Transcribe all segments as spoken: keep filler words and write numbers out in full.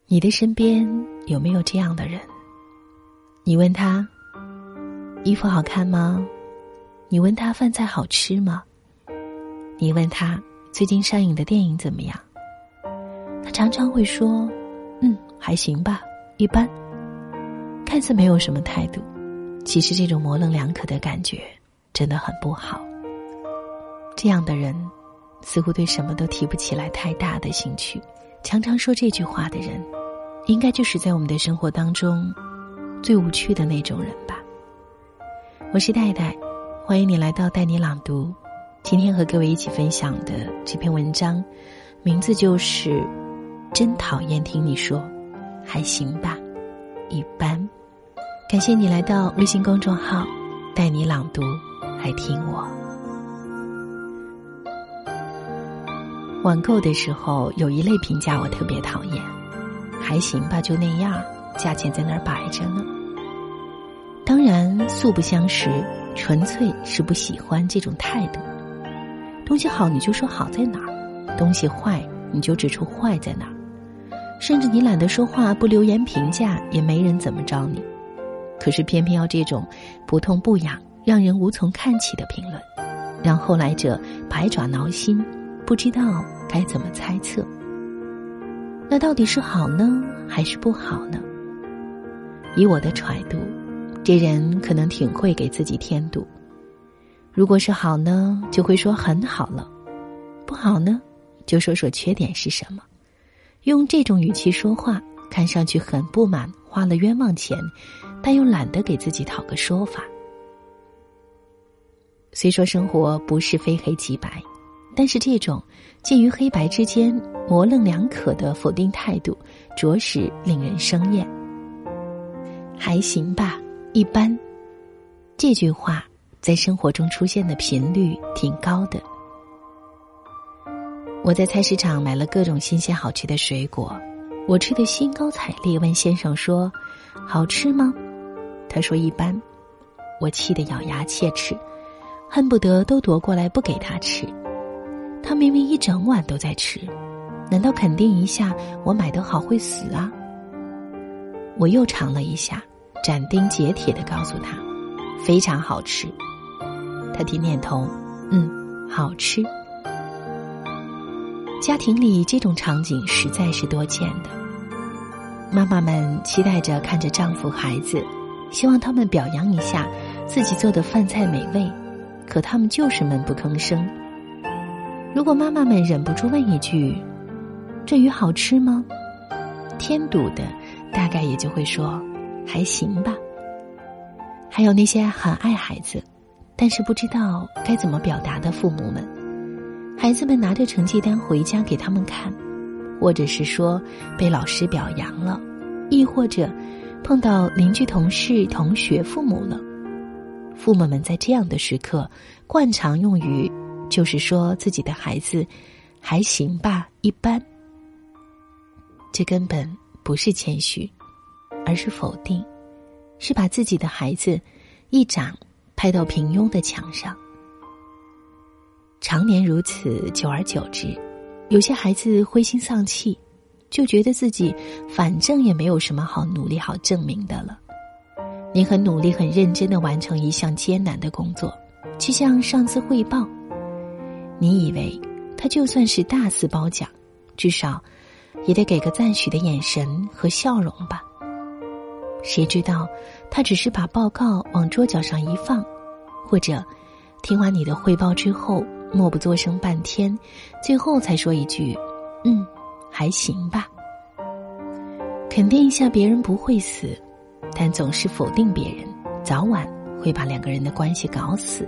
你的身边有没有这样的人？你问他衣服好看吗？你问他饭菜好吃吗？你问他最近上映的电影怎么样？他常常会说嗯，还行吧，一般。看似没有什么态度，其实这种模棱两可的感觉真的很不好。这样的人似乎对什么都提不起来太大的兴趣，常常说这句话的人应该就是在我们的生活当中最无趣的那种人吧。我是戴戴，欢迎你来到带你朗读。今天和各位一起分享的这篇文章名字就是真讨厌听你说还行吧，一般。感谢你来到微信公众号带你朗读，还听我。网购的时候有一类评价我特别讨厌，还行吧，就那样，价钱在那儿摆着呢。当然素不相识，纯粹是不喜欢这种态度。东西好你就说好在哪儿，东西坏你就指出坏在哪儿，甚至你懒得说话，不留言评价，也没人怎么着你。可是偏偏要这种不痛不痒让人无从看起的评论，让后来者百爪挠心，不知道该怎么猜测。那到底是好呢还是不好呢？以我的揣度，这人可能挺会给自己添堵。如果是好呢，就会说很好了，不好呢，就说说缺点是什么。用这种语气说话，看上去很不满，花了冤枉钱，但又懒得给自己讨个说法。虽说生活不是非黑即白，但是这种介于黑白之间模棱两可的否定态度着实令人生厌。还行吧，一般，这句话在生活中出现的频率挺高的。我在菜市场买了各种新鲜好吃的水果，我吃得兴高采烈，问先生说好吃吗？他说一般。我气得咬牙切齿，恨不得都夺过来不给他吃。他明明一整晚都在吃，难道肯定一下我买得好会死啊？我又尝了一下，斩钉截铁地告诉他非常好吃。他点点头，嗯，好吃。家庭里这种场景实在是多见的。妈妈们期待着看着丈夫孩子，希望他们表扬一下自己做的饭菜美味，可他们就是闷不吭声。如果妈妈们忍不住问一句这鱼好吃吗？添堵的大概也就会说还行吧。还有那些很爱孩子但是不知道该怎么表达的父母们，孩子们拿着成绩单回家给他们看，或者是说被老师表扬了，亦或者碰到邻居同事同学父母了。父母们在这样的时刻惯常用语就是说自己的孩子还行吧，一般。这根本不是谦虚，而是否定，是把自己的孩子一掌拍到平庸的墙上。常年如此，久而久之，有些孩子灰心丧气，就觉得自己反正也没有什么好努力好证明的了。你很努力很认真地完成一项艰难的工作，去向上司汇报，你以为他就算是大肆褒奖，至少也得给个赞许的眼神和笑容吧。谁知道他只是把报告往桌角上一放，或者听完你的汇报之后默不作声半天，最后才说一句嗯，还行吧。肯定一下别人不会死，但总是否定别人，早晚会把两个人的关系搞死。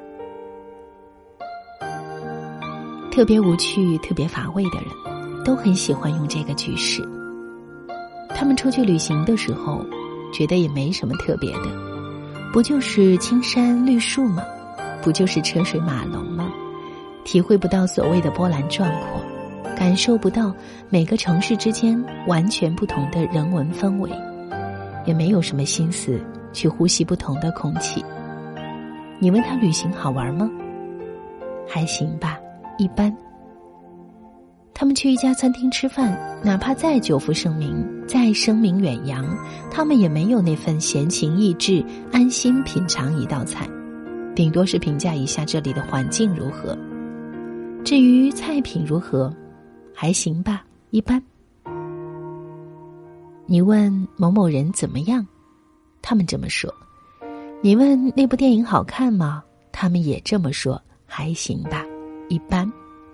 特别无趣特别乏味的人都很喜欢用这个句式。他们出去旅行的时候觉得也没什么特别的，不就是青山绿树吗？不就是车水马龙吗？体会不到所谓的波澜壮阔，感受不到每个城市之间完全不同的人文氛围，也没有什么心思去呼吸不同的空气。你问他旅行好玩吗？还行吧，一般。 他们去一家餐厅吃饭，哪怕再久负盛名，再声名远扬，他们也没有那份闲情逸致安心品尝一道菜，顶多是评价一下这里的环境如何。至于菜品如何，还行吧，一般。你问某某人怎么样，他们这么说。你问那部电影好看吗，他们也这么说，还行吧，一般。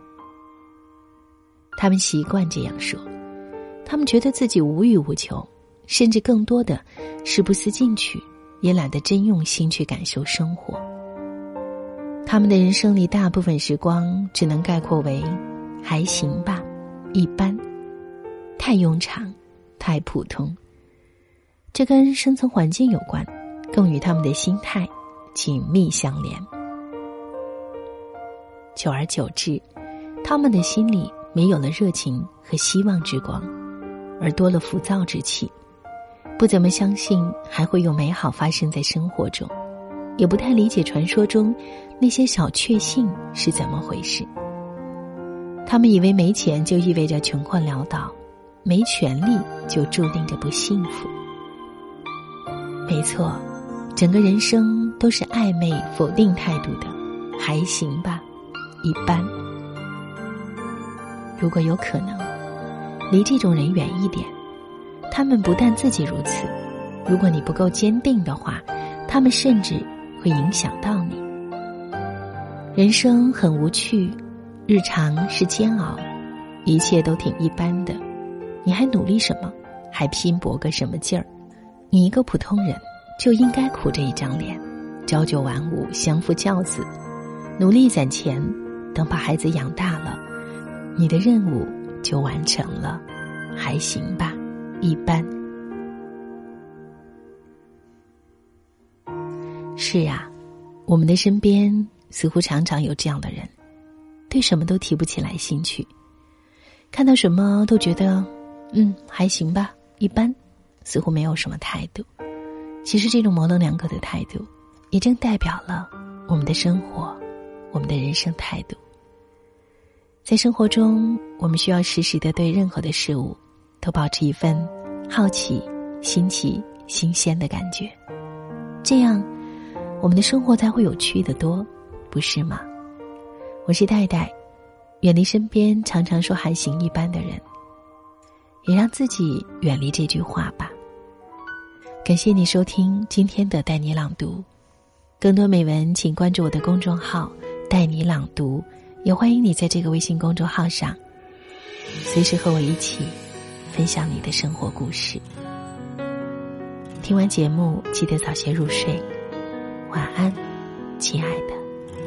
他们习惯这样说，他们觉得自己无欲无求，甚至更多的是不思进取，也懒得真用心去感受生活。他们的人生里大部分时光只能概括为还行吧，一般，太庸常，太普通。这跟生存环境有关，更与他们的心态紧密相连。久而久之，他们的心里没有了热情和希望之光，而多了浮躁之气，不怎么相信还会有美好发生在生活中，也不太理解传说中那些小确幸是怎么回事。他们以为没钱就意味着穷困潦倒，没权利就注定着不幸福。没错，整个人生都是暧昧否定态度的，还行吧，一般。如果有可能，离这种人远一点。他们不但自己如此，如果你不够坚定的话，他们甚至会影响到你。人生很无趣，日常是煎熬，一切都挺一般的，你还努力什么？还拼搏个什么劲儿？你一个普通人就应该苦着一张脸，朝九晚五，相夫教子，努力攒钱，等把孩子养大了，你的任务就完成了，还行吧，一般。是啊，我们的身边似乎常常有这样的人，对什么都提不起来兴趣，看到什么都觉得嗯还行吧，一般，似乎没有什么态度。其实这种模棱两可的态度，也正代表了我们的生活，我们的人生态度。在生活中，我们需要时时的对任何的事物都保持一份好奇、新奇、新鲜的感觉，这样我们的生活才会有趣的多，不是吗？我是戴戴，远离身边常常说还行一般的人，也让自己远离这句话吧。感谢你收听今天的带你朗读，更多美文请关注我的公众号带你朗读，也欢迎你在这个微信公众号上随时和我一起分享你的生活故事。听完节目记得早些入睡，晚安，亲爱的。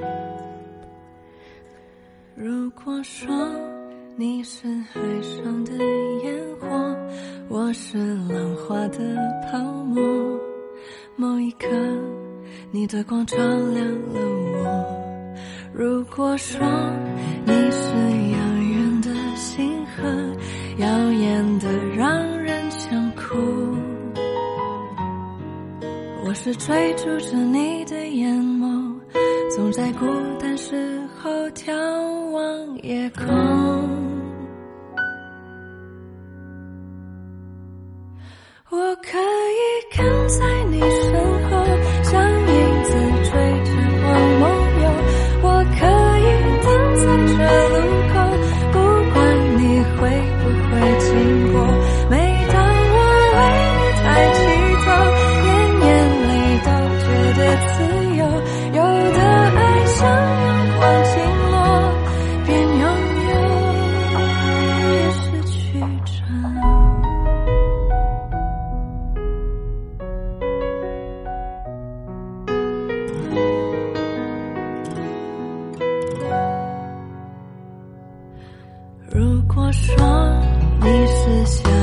如果说你是海上的烟火，我是浪花的泡沫，某一刻你的光照亮了我。如果说你是遥远的星河，耀眼的让人想哭，我是追逐着你的眼眸，总在孤单时候眺望夜空。我可以跟在你身后，像影子追着我梦游，我可以等在这路口，不管你会不会经过。每当我为你抬起头，连眼里都觉得自由，有的爱像阳光倾落，边拥有边失去着。如果说你是小